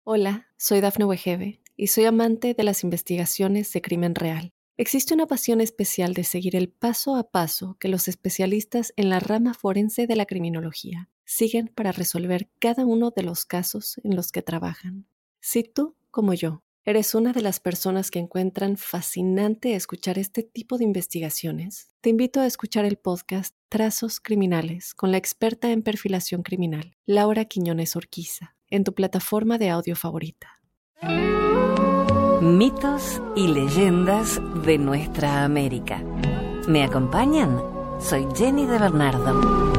Hola, soy Dafne Wegebe y soy amante de las investigaciones de crimen real. Existe una pasión especial de seguir el paso a paso que los especialistas en la rama forense de la criminología siguen para resolver cada uno de los casos en los que trabajan. Si tú, como yo, eres una de las personas que encuentran fascinante escuchar este tipo de investigaciones, te invito a escuchar el podcast Trazos Criminales con la experta en perfilación criminal, Laura Quiñones Orquiza, en tu plataforma de audio favorita. Mitos y leyendas de nuestra América. ¿Me acompañan? Soy Jenny de Bernardo.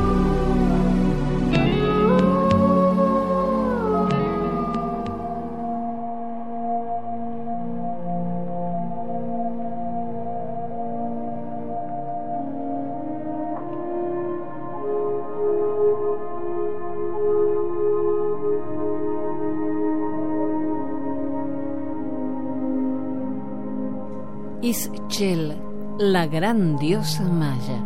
Ixchel, la gran diosa maya.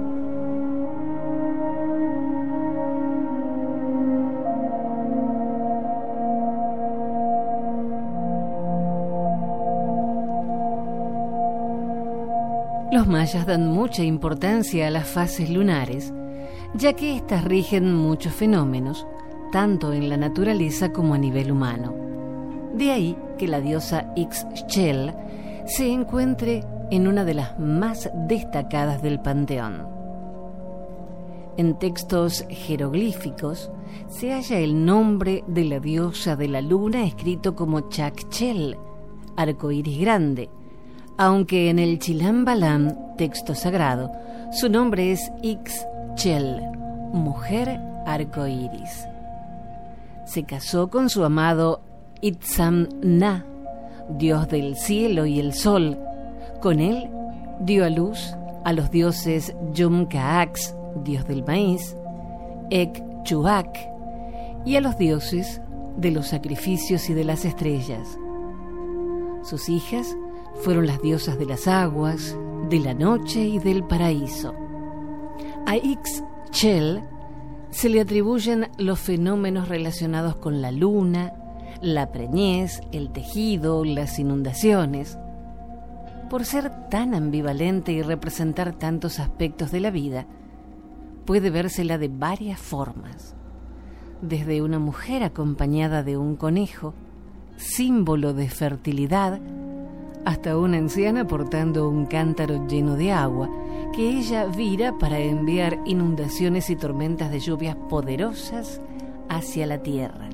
Los mayas dan mucha importancia a las fases lunares, ya que éstas rigen muchos fenómenos, tanto en la naturaleza como a nivel humano. De ahí que la diosa Ixchel se encuentre en una de las más destacadas del panteón. En textos jeroglíficos se halla el nombre de la diosa de la luna escrito como Chakchel, arcoíris grande, aunque en el Chilam Balam, texto sagrado, su nombre es Ixchel, mujer arcoíris. Se casó con su amado Itzamna, dios del cielo y el sol. Con él dio a luz a los dioses Yumkaax, dios del maíz, Ekchuak, y a los dioses de los sacrificios y de las estrellas. Sus hijas fueron las diosas de las aguas, de la noche y del paraíso. A Ixchel se le atribuyen los fenómenos relacionados con la luna, la preñez, el tejido, las inundaciones. Por ser tan ambivalente y representar tantos aspectos de la vida, puede vérsela de varias formas. Desde una mujer acompañada de un conejo, símbolo de fertilidad, hasta una anciana portando un cántaro lleno de agua, que ella vira para enviar inundaciones y tormentas de lluvias poderosas hacia la tierra.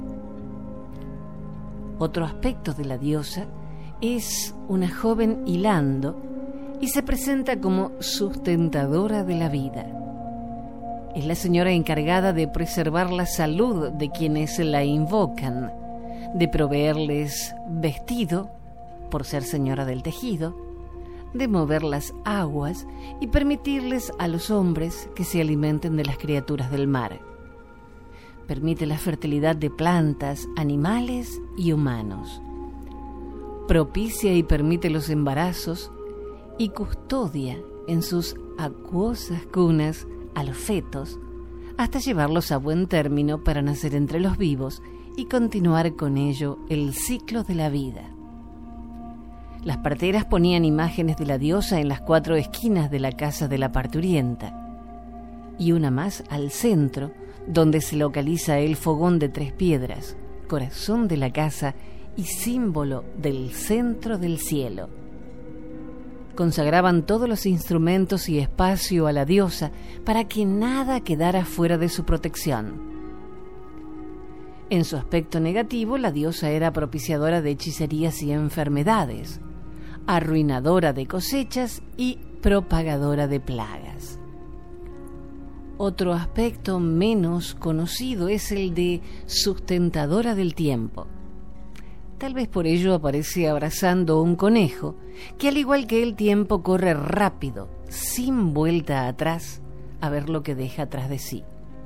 Otro aspecto de la diosa es una joven hilando y se presenta como sustentadora de la vida. Es la señora encargada de preservar la salud de quienes la invocan, de proveerles vestido, por ser señora del tejido, de mover las aguas y permitirles a los hombres que se alimenten de las criaturas del mar. Permite la fertilidad de plantas, animales y humanos. Propicia y permite los embarazos y custodia en sus acuosas cunas a los fetos hasta llevarlos a buen término para nacer entre los vivos y continuar con ello el ciclo de la vida. Las parteras ponían imágenes de la diosa en las 4 esquinas de la casa de la parturienta y una más al centro, donde se localiza el fogón de 3 piedras, corazón de la casa y símbolo del centro del cielo. Consagraban todos los instrumentos y espacio a la diosa para que nada quedara fuera de su protección. En su aspecto negativo, la diosa era propiciadora de hechicerías y enfermedades, arruinadora de cosechas y propagadora de plagas. Otro aspecto menos conocido es el de sustentadora del tiempo. Tal vez por ello aparece abrazando un conejo, que al igual que el tiempo corre rápido, sin vuelta atrás, a ver lo que deja atrás de sí.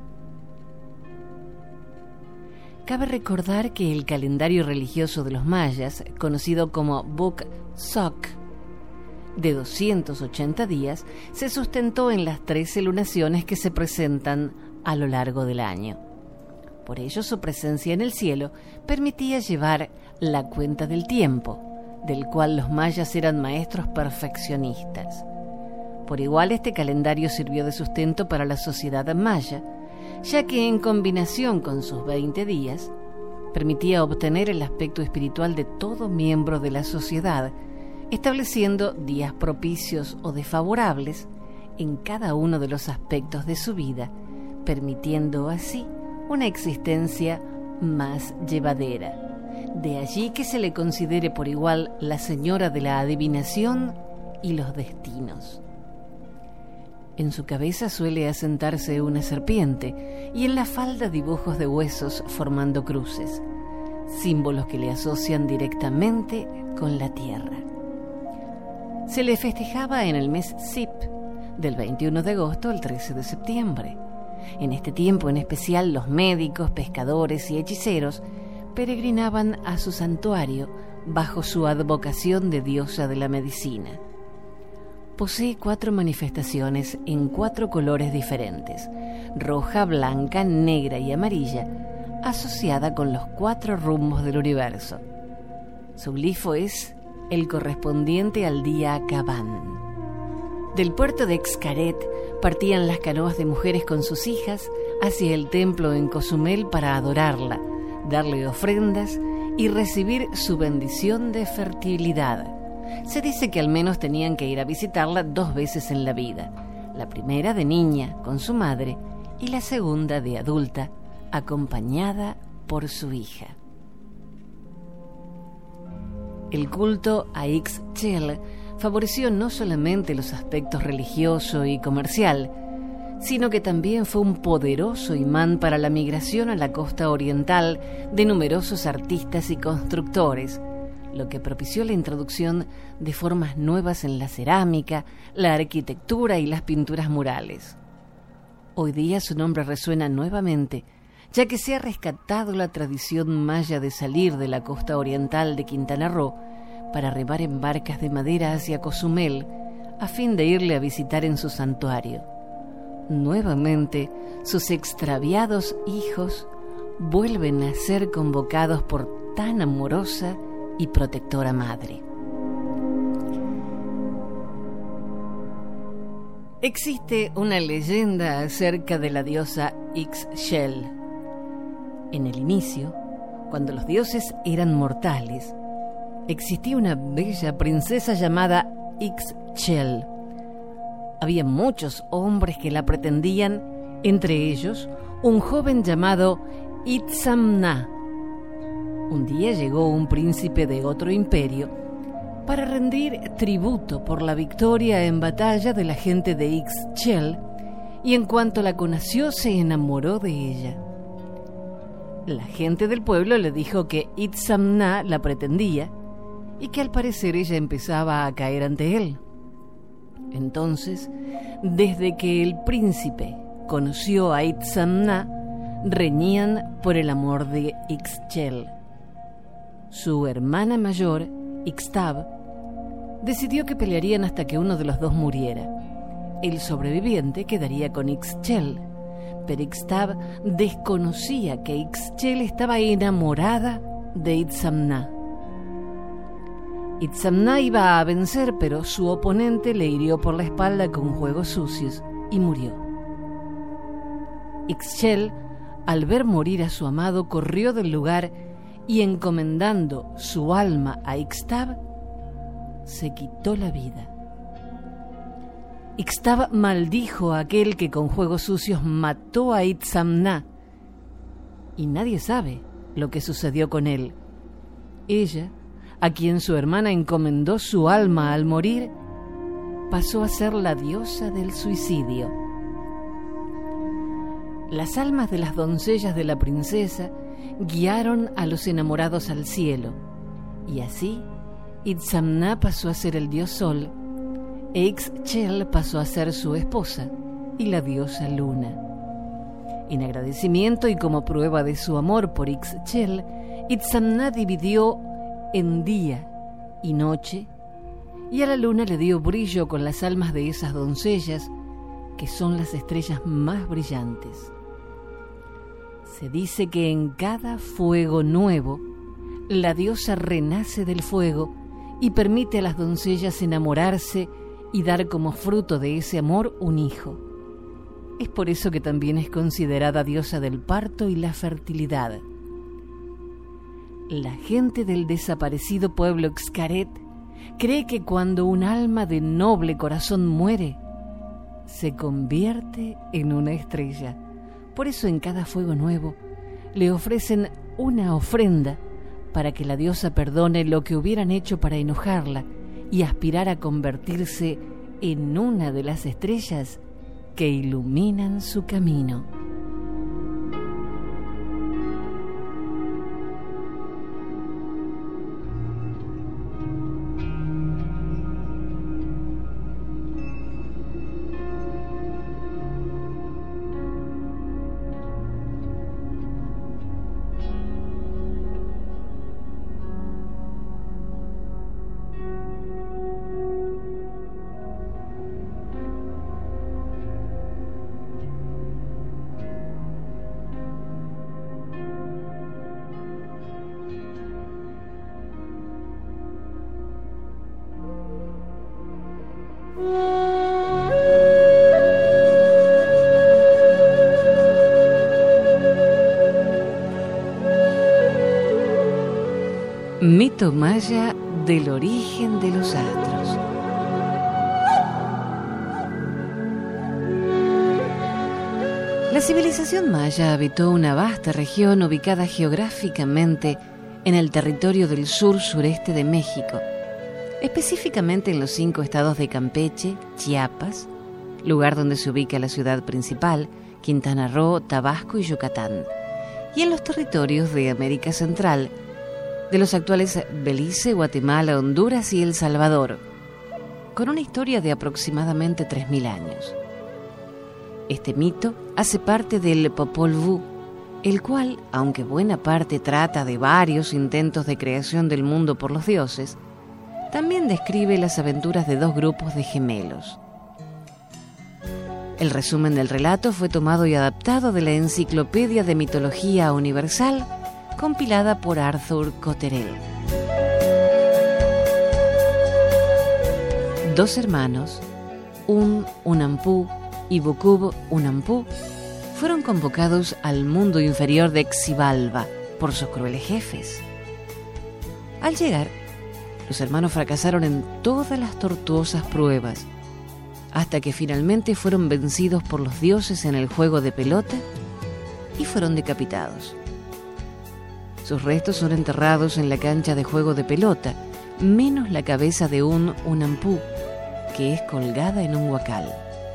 Cabe recordar que el calendario religioso de los mayas, conocido como Buk Sok, de 280 días, se sustentó en las 13 lunaciones que se presentan a lo largo del año. Por ello, su presencia en el cielo permitía llevar la cuenta del tiempo, del cual los mayas eran maestros perfeccionistas. Por igual, este calendario sirvió de sustento para la sociedad maya, ya que en combinación con sus 20 días, permitía obtener el aspecto espiritual de todo miembro de la sociedad, estableciendo días propicios o desfavorables en cada uno de los aspectos de su vida, permitiendo así una existencia más llevadera. De allí que se le considere por igual la señora de la adivinación y los destinos. En su cabeza suele asentarse una serpiente y en la falda dibujos de huesos formando cruces, símbolos que le asocian directamente con la tierra. Se le festejaba en el mes Sip, del 21 de agosto al 13 de septiembre. En este tiempo en especial los médicos, pescadores y hechiceros peregrinaban a su santuario bajo su advocación de diosa de la medicina. Posee 4 manifestaciones en 4 colores diferentes: roja, blanca, negra y amarilla, asociada con los 4 rumbos del universo. Su glifo es el correspondiente al día Caban. Del puerto de Xcaret partían las canoas de mujeres con sus hijas hacia el templo en Cozumel para adorarla, darle ofrendas y recibir su bendición de fertilidad. Se dice que al menos tenían que ir a visitarla 2 veces en la vida, la primera de niña con su madre y la segunda de adulta, acompañada por su hija. El culto a Ixchel favoreció no solamente los aspectos religioso y comercial, sino que también fue un poderoso imán para la migración a la costa oriental de numerosos artistas y constructores, lo que propició la introducción de formas nuevas en la cerámica, la arquitectura y las pinturas murales. Hoy día su nombre resuena nuevamente, ya que se ha rescatado la tradición maya de salir de la costa oriental de Quintana Roo para remar en barcas de madera hacia Cozumel, a fin de irle a visitar en su santuario. Nuevamente, sus extraviados hijos vuelven a ser convocados por tan amorosa y protectora madre. Existe una leyenda acerca de la diosa Ixchel. En el inicio, cuando los dioses eran mortales, existía una bella princesa llamada Ixchel. Había muchos hombres que la pretendían, entre ellos un joven llamado Itzamna. Un día llegó un príncipe de otro imperio para rendir tributo por la victoria en batalla de la gente de Ixchel, y en cuanto la conoció se enamoró de ella. La gente del pueblo le dijo que Itzamna la pretendía y que al parecer ella empezaba a caer ante él. Entonces, desde que el príncipe conoció a Itzamna, reñían por el amor de Ixchel. Su hermana mayor, Ixtab, decidió que pelearían hasta que uno de los dos muriera. El sobreviviente quedaría con Ixchel, pero Ixtab desconocía que Ixchel estaba enamorada de Itzamna. Itzamna iba a vencer, pero su oponente le hirió por la espalda con juegos sucios y murió. Ixchel, al ver morir a su amado, corrió del lugar y, encomendando su alma a Ixtab, se quitó la vida. Ixtab maldijo a aquel que con juegos sucios mató a Itzamna, y nadie sabe lo que sucedió con él. Ella, a quien su hermana encomendó su alma al morir, pasó a ser la diosa del suicidio. Las almas de las doncellas de la princesa guiaron a los enamorados al cielo, y así Itzamna pasó a ser el dios Sol, e Ixchel pasó a ser su esposa y la diosa Luna. En agradecimiento y como prueba de su amor por Ixchel, Itzamna dividió en día y noche, y a la luna le dio brillo con las almas de esas doncellas, que son las estrellas más brillantes. Se dice que en cada fuego nuevo, la diosa renace del fuego y permite a las doncellas enamorarse y dar como fruto de ese amor un hijo. Es por eso que también es considerada diosa del parto y la fertilidad. La gente del desaparecido pueblo Xcaret cree que cuando un alma de noble corazón muere, se convierte en una estrella. Por eso en cada fuego nuevo le ofrecen una ofrenda para que la diosa perdone lo que hubieran hecho para enojarla y aspirar a convertirse en una de las estrellas que iluminan su camino. Mito maya del origen de los astros. La civilización maya habitó una vasta región ubicada geográficamente en el territorio del sur-sureste de México, específicamente en los 5 estados de Campeche, Chiapas, lugar donde se ubica la ciudad principal, Quintana Roo, Tabasco y Yucatán, y en los territorios de América Central, de los actuales Belice, Guatemala, Honduras y El Salvador, con una historia de aproximadamente 3.000 años. Este mito hace parte del Popol Vuh, el cual, aunque buena parte trata de varios intentos de creación del mundo por los dioses, también describe las aventuras de 2 grupos de gemelos. El resumen del relato fue tomado y adaptado de la Enciclopedia de Mitología Universal, compilada por Arthur Cotterell. 2 hermanos, Unampu y Bukub Unampu, fueron convocados al mundo inferior de Xibalba por sus crueles jefes. Al llegar, los hermanos fracasaron en todas las tortuosas pruebas, hasta que finalmente fueron vencidos por los dioses en el juego de pelota y fueron decapitados. Sus restos son enterrados en la cancha de juego de pelota, menos la cabeza de Unampu, que es colgada en un huacal.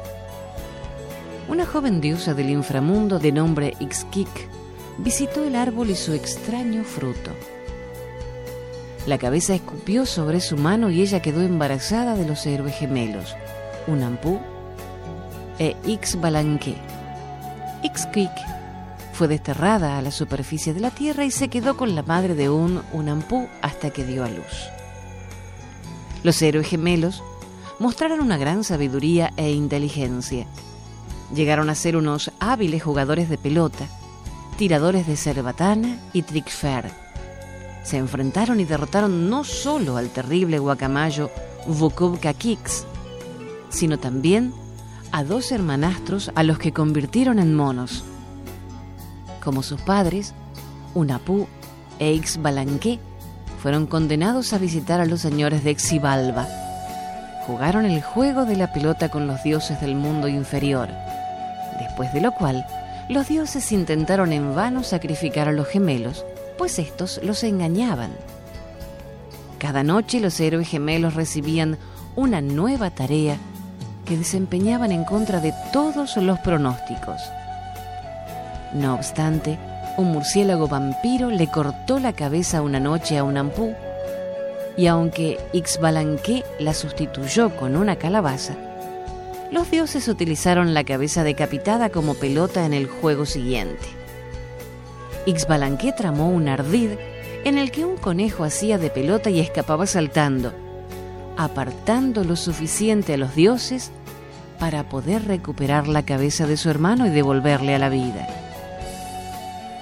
Una joven diosa del inframundo de nombre Ixquic visitó el árbol y su extraño fruto. La cabeza escupió sobre su mano y ella quedó embarazada de los héroes gemelos, Unampu e Ixbalanque. Ixquic fue desterrada a la superficie de la tierra y se quedó con la madre de Unampu hasta que dio a luz. Los héroes gemelos mostraron una gran sabiduría e inteligencia. Llegaron a ser unos hábiles jugadores de pelota, tiradores de cerbatana y trickfer. Se enfrentaron y derrotaron no solo al terrible guacamayo Bukub Kakix, sino también a 2 hermanastros a los que convirtieron en monos. Como sus padres, Unapú e Ixbalanque fueron condenados a visitar a los señores de Xibalba. Jugaron el juego de la pelota con los dioses del mundo inferior, después de lo cual los dioses intentaron en vano sacrificar a los gemelos, pues estos los engañaban. Cada noche los héroes gemelos recibían una nueva tarea que desempeñaban en contra de todos los pronósticos. No obstante, un murciélago vampiro le cortó la cabeza una noche a Unampu, y aunque Ixbalanque la sustituyó con una calabaza, los dioses utilizaron la cabeza decapitada como pelota en el juego siguiente. Ixbalanque tramó un ardid en el que un conejo hacía de pelota y escapaba saltando, apartando lo suficiente a los dioses para poder recuperar la cabeza de su hermano y devolverle a la vida.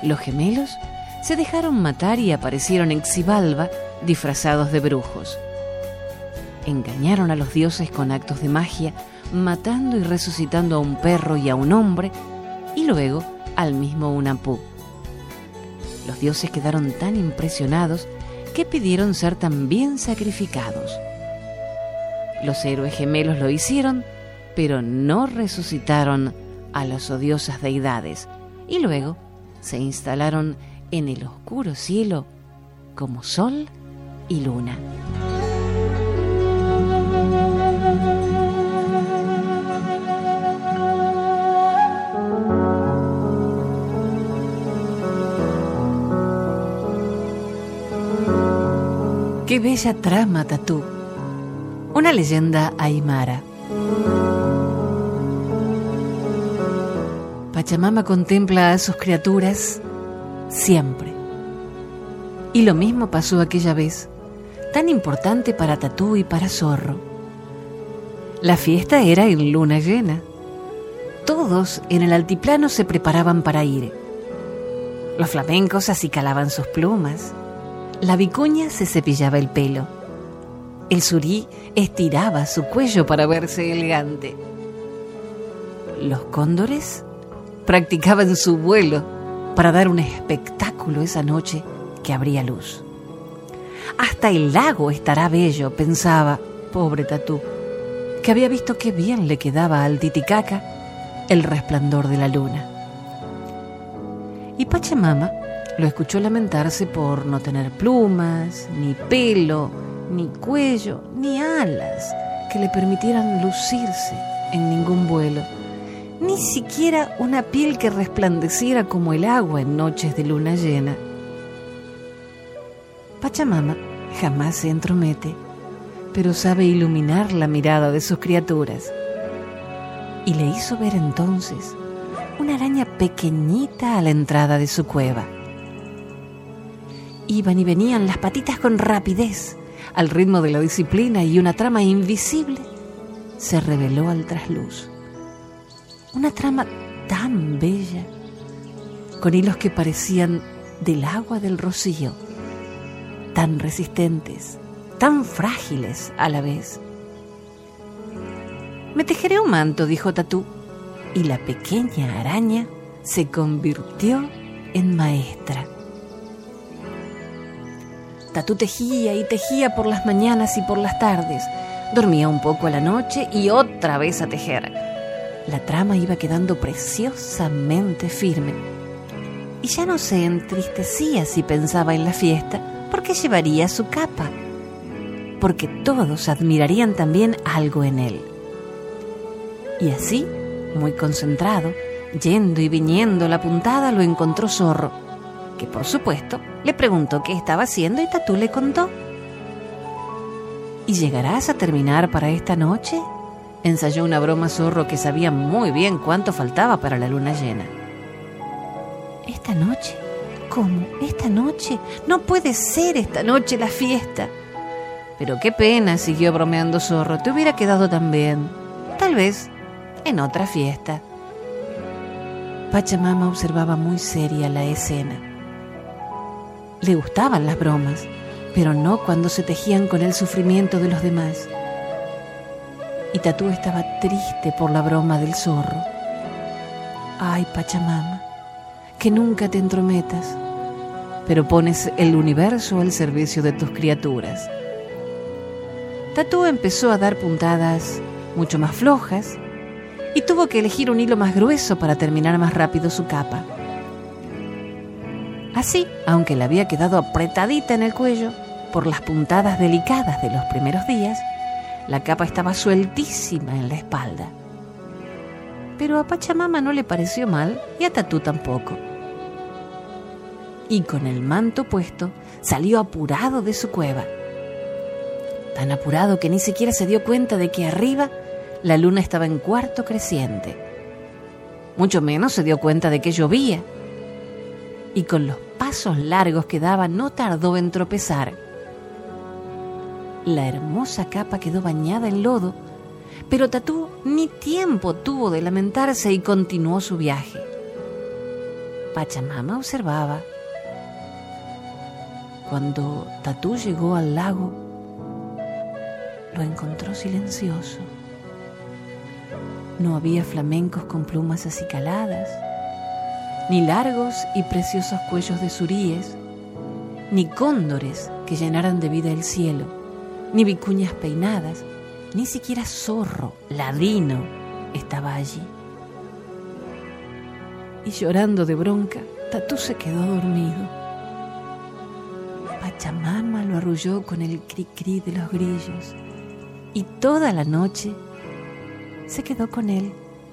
Los gemelos se dejaron matar y aparecieron en Xibalba disfrazados de brujos. Engañaron a los dioses con actos de magia, matando y resucitando a un perro y a un hombre, y luego al mismo Hunahpu. Los dioses quedaron tan impresionados que pidieron ser también sacrificados. Los héroes gemelos lo hicieron, pero no resucitaron a las odiosas deidades, y luego se instalaron en el oscuro cielo como sol y luna. ¡Qué bella trama, Tatú! Una leyenda aymara. Pachamama contempla a sus criaturas siempre. Y lo mismo pasó aquella vez, tan importante para Tatú y para Zorro. La fiesta era en luna llena. Todos en el altiplano se preparaban para ir. Los flamencos acicalaban sus plumas. La vicuña se cepillaba el pelo. El surí estiraba su cuello para verse elegante. Los cóndores practicaban su vuelo para dar un espectáculo esa noche que habría luz. Hasta el lago estará bello, pensaba, pobre Tatú, que había visto qué bien le quedaba al Titicaca el resplandor de la luna. Y Pachamama lo escuchó lamentarse por no tener plumas, ni pelo, ni cuello, ni alas que le permitieran lucirse en ningún vuelo, ni siquiera una piel que resplandeciera como el agua en noches de luna llena. Pachamama jamás se entromete, pero sabe iluminar la mirada de sus criaturas. Y le hizo ver entonces una araña pequeñita a la entrada de su cueva. Iban y venían las patitas con rapidez, al ritmo de la disciplina, y una trama invisible se reveló al trasluz. Una trama tan bella, con hilos que parecían del agua del rocío, tan resistentes, tan frágiles a la vez. «Me tejeré un manto», dijo Tatú, y la pequeña araña se convirtió en maestra. Tatú tejía y tejía por las mañanas y por las tardes. Dormía un poco a la noche y otra vez a tejer. La trama iba quedando preciosamente firme. Y ya no se entristecía si pensaba en la fiesta, porque llevaría su capa, porque todos admirarían también algo en él. Y así, muy concentrado, yendo y viniendo la puntada, lo encontró Zorro, que por supuesto le preguntó qué estaba haciendo y Tatú le contó. ¿Y llegarás a terminar para esta noche?, ensayó una broma Zorro, que sabía muy bien cuánto faltaba para la luna llena. ¿Esta noche? ¿Cómo? ¿Esta noche? No puede ser esta noche la fiesta. Pero qué pena, siguió bromeando Zorro, te hubiera quedado tan bien. Tal vez en otra fiesta. Pachamama observaba muy seria la escena. Le gustaban las bromas, pero no cuando se tejían con el sufrimiento de los demás. Y Tatú estaba triste por la broma del Zorro. Ay, Pachamama, que nunca te entrometas, pero pones el universo al servicio de tus criaturas. Tatú empezó a dar puntadas mucho más flojas y tuvo que elegir un hilo más grueso para terminar más rápido su capa. Así, aunque le había quedado apretadita en el cuello por las puntadas delicadas de los primeros días, la capa estaba sueltísima en la espalda. Pero a Pachamama no le pareció mal y a Tatú tampoco. Y con el manto puesto, salió apurado de su cueva. Tan apurado que ni siquiera se dio cuenta de que arriba la luna estaba en cuarto creciente. Mucho menos se dio cuenta de que llovía. Y con los pasos largos que daba no tardó en tropezar. La hermosa capa quedó bañada en lodo, pero Tatú ni tiempo tuvo de lamentarse y continuó su viaje. Pachamama observaba. Cuando Tatú llegó al lago, lo encontró silencioso. No había flamencos con plumas acicaladas, ni largos y preciosos cuellos de suríes, ni cóndores que llenaran de vida el cielo, ni vicuñas peinadas, ni siquiera zorro, ladino, estaba allí. Y llorando de bronca, Tatú se quedó dormido. Pachamama lo arrulló con el cri-cri de los grillos y toda la noche se quedó con él.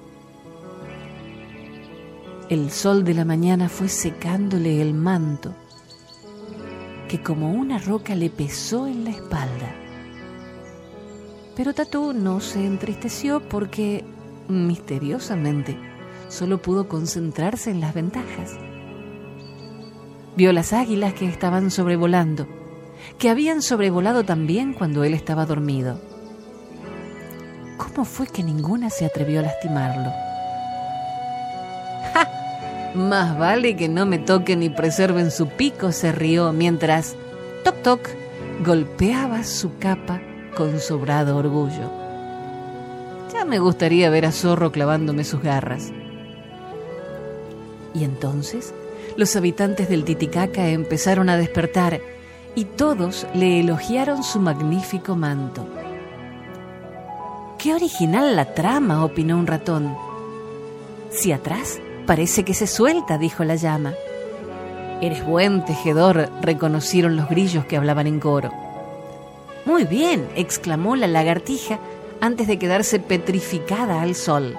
El sol de la mañana fue secándole el manto, que como una roca le pesó en la espalda. Pero Tatú no se entristeció porque, misteriosamente, solo pudo concentrarse en las ventajas. Vio las águilas que estaban sobrevolando, que habían sobrevolado también cuando él estaba dormido. ¿Cómo fue que ninguna se atrevió a lastimarlo? ¡Ja! Más vale que no me toquen ni preserven su pico, se rió mientras, toc toc, golpeaba su capa con sobrado orgullo. Ya me gustaría ver a Zorro clavándome sus garras. Y entonces los habitantes del Titicaca empezaron a despertar y todos le elogiaron su magnífico manto. ¡Qué original la trama!, opinó un ratón. Si atrás parece que se suelta, dijo la llama. Eres buen tejedor, reconocieron los grillos que hablaban en coro. Muy bien, exclamó la lagartija antes de quedarse petrificada al sol.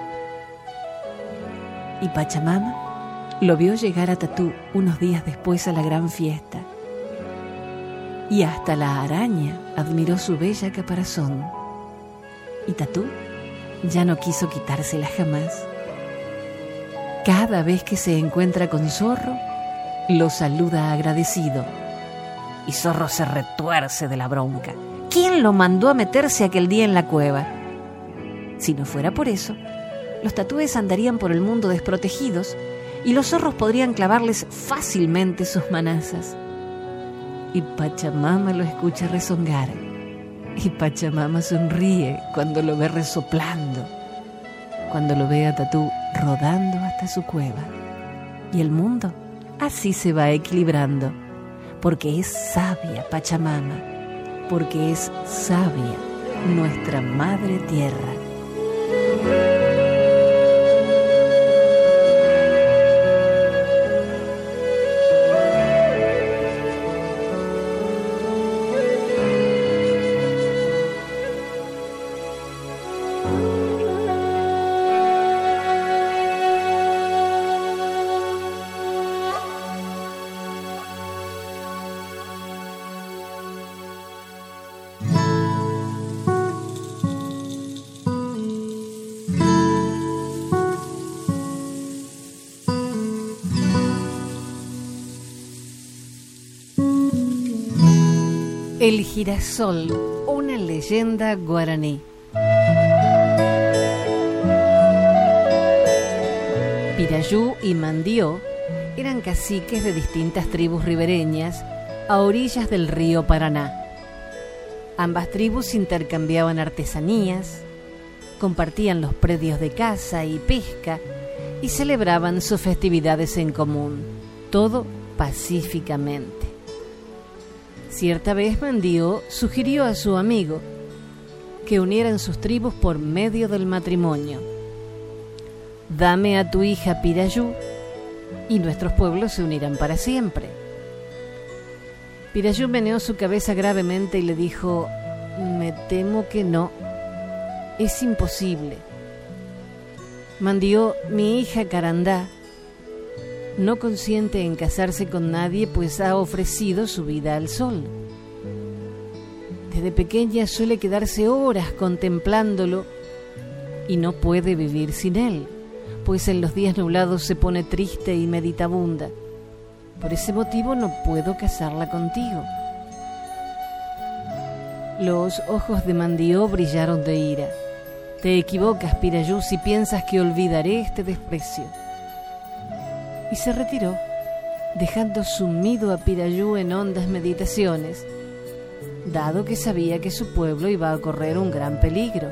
Y Pachamama lo vio llegar a Tatú unos días después a la gran fiesta. Y hasta la araña admiró su bella caparazón. Y Tatú ya no quiso quitársela jamás. Cada vez que se encuentra con Zorro, lo saluda agradecido. Y Zorro se retuerce de la bronca. ¿Quién lo mandó a meterse aquel día en la cueva? Si no fuera por eso, los tatúes andarían por el mundo desprotegidos y los zorros podrían clavarles fácilmente sus manazas. Y Pachamama lo escucha rezongar. Y Pachamama sonríe cuando lo ve resoplando, cuando lo ve a Tatú rodando hasta su cueva. Y el mundo así se va equilibrando, porque es sabia Pachamama, porque es sabia nuestra Madre Tierra. El girasol, una leyenda guaraní. Pirayú y Mandió eran caciques de distintas tribus ribereñas a orillas del río Paraná. Ambas tribus intercambiaban artesanías, compartían los predios de caza y pesca y celebraban sus festividades en común, todo pacíficamente. Cierta vez Mandió sugirió a su amigo que unieran sus tribus por medio del matrimonio. Dame a tu hija Pirayú y nuestros pueblos se unirán para siempre. Pirayú meneó su cabeza gravemente y le dijo: me temo que no, es imposible. Mandió, mi hija Carandá no consiente en casarse con nadie, pues ha ofrecido su vida al sol. Desde pequeña suele quedarse horas contemplándolo y no puede vivir sin él, pues en los días nublados se pone triste y meditabunda. Por ese motivo no puedo casarla contigo. Los ojos de Mandió brillaron de ira. Te equivocas, Pirayú, si piensas que olvidaré este desprecio. y se retiró, dejando sumido a Pirayú en hondas meditaciones, dado que sabía que su pueblo iba a correr un gran peligro.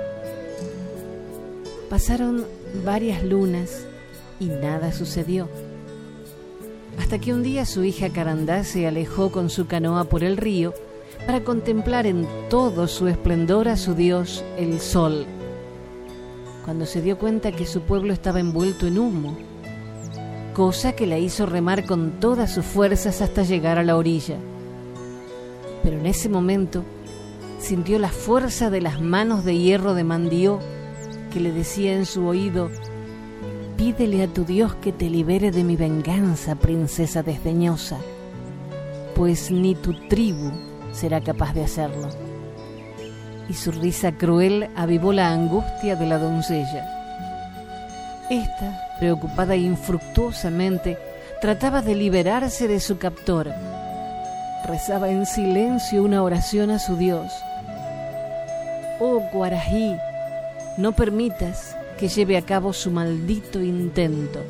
Pasaron varias lunas y nada sucedió, hasta que un día su hija Carandá se alejó con su canoa por el río para contemplar en todo su esplendor a su dios, el sol, cuando se dio cuenta que su pueblo estaba envuelto en humo, cosa que la hizo remar con todas sus fuerzas hasta llegar a la orilla. Pero en ese momento sintió la fuerza de las manos de hierro de Mandió, que le decía en su oído: «Pídele a tu Dios que te libere de mi venganza, princesa desdeñosa, pues ni tu tribu será capaz de hacerlo». Y su risa cruel avivó la angustia de la doncella. Esta, preocupada infructuosamente, trataba de liberarse de su captor. Rezaba en silencio una oración a su Dios. «Oh Guarají, no permitas que lleve a cabo su maldito intento».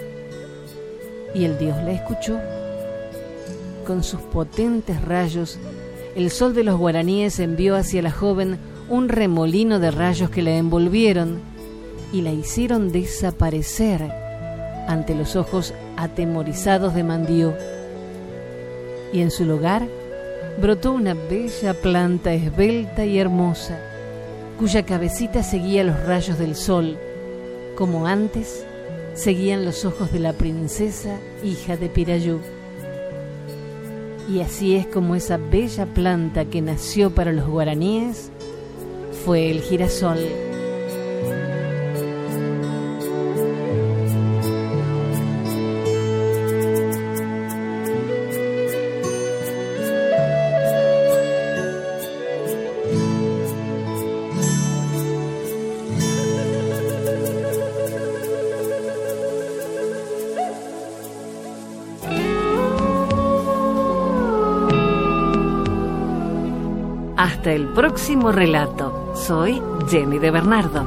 Y el Dios la escuchó. Con sus potentes rayos, el sol de los guaraníes envió hacia la joven un remolino de rayos que la envolvieron y la hicieron desaparecer ante los ojos atemorizados de Mandió. Y en su lugar brotó una bella planta esbelta y hermosa, cuya cabecita seguía los rayos del sol, como antes seguían los ojos de la princesa, hija de Pirayú. Y así es como esa bella planta que nació para los guaraníes fue el girasol. Hasta el próximo relato. Soy Jenny de Bernardo.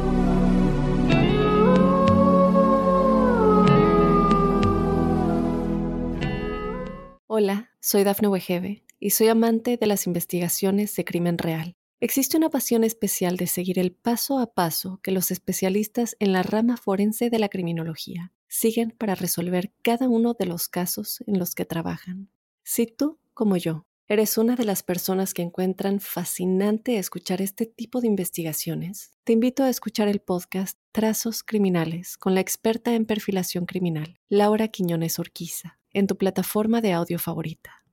Hola, soy Dafne Wegebe y soy amante de las investigaciones de crimen real. Existe una pasión especial de seguir el paso a paso que los especialistas en la rama forense de la criminología siguen para resolver cada uno de los casos en los que trabajan. Si tú, como yo, ¿eres una de las personas que encuentran fascinante escuchar este tipo de investigaciones? Te invito a escuchar el podcast Trazos Criminales con la experta en perfilación criminal, Laura Quiñones Orquiza, en tu plataforma de audio favorita.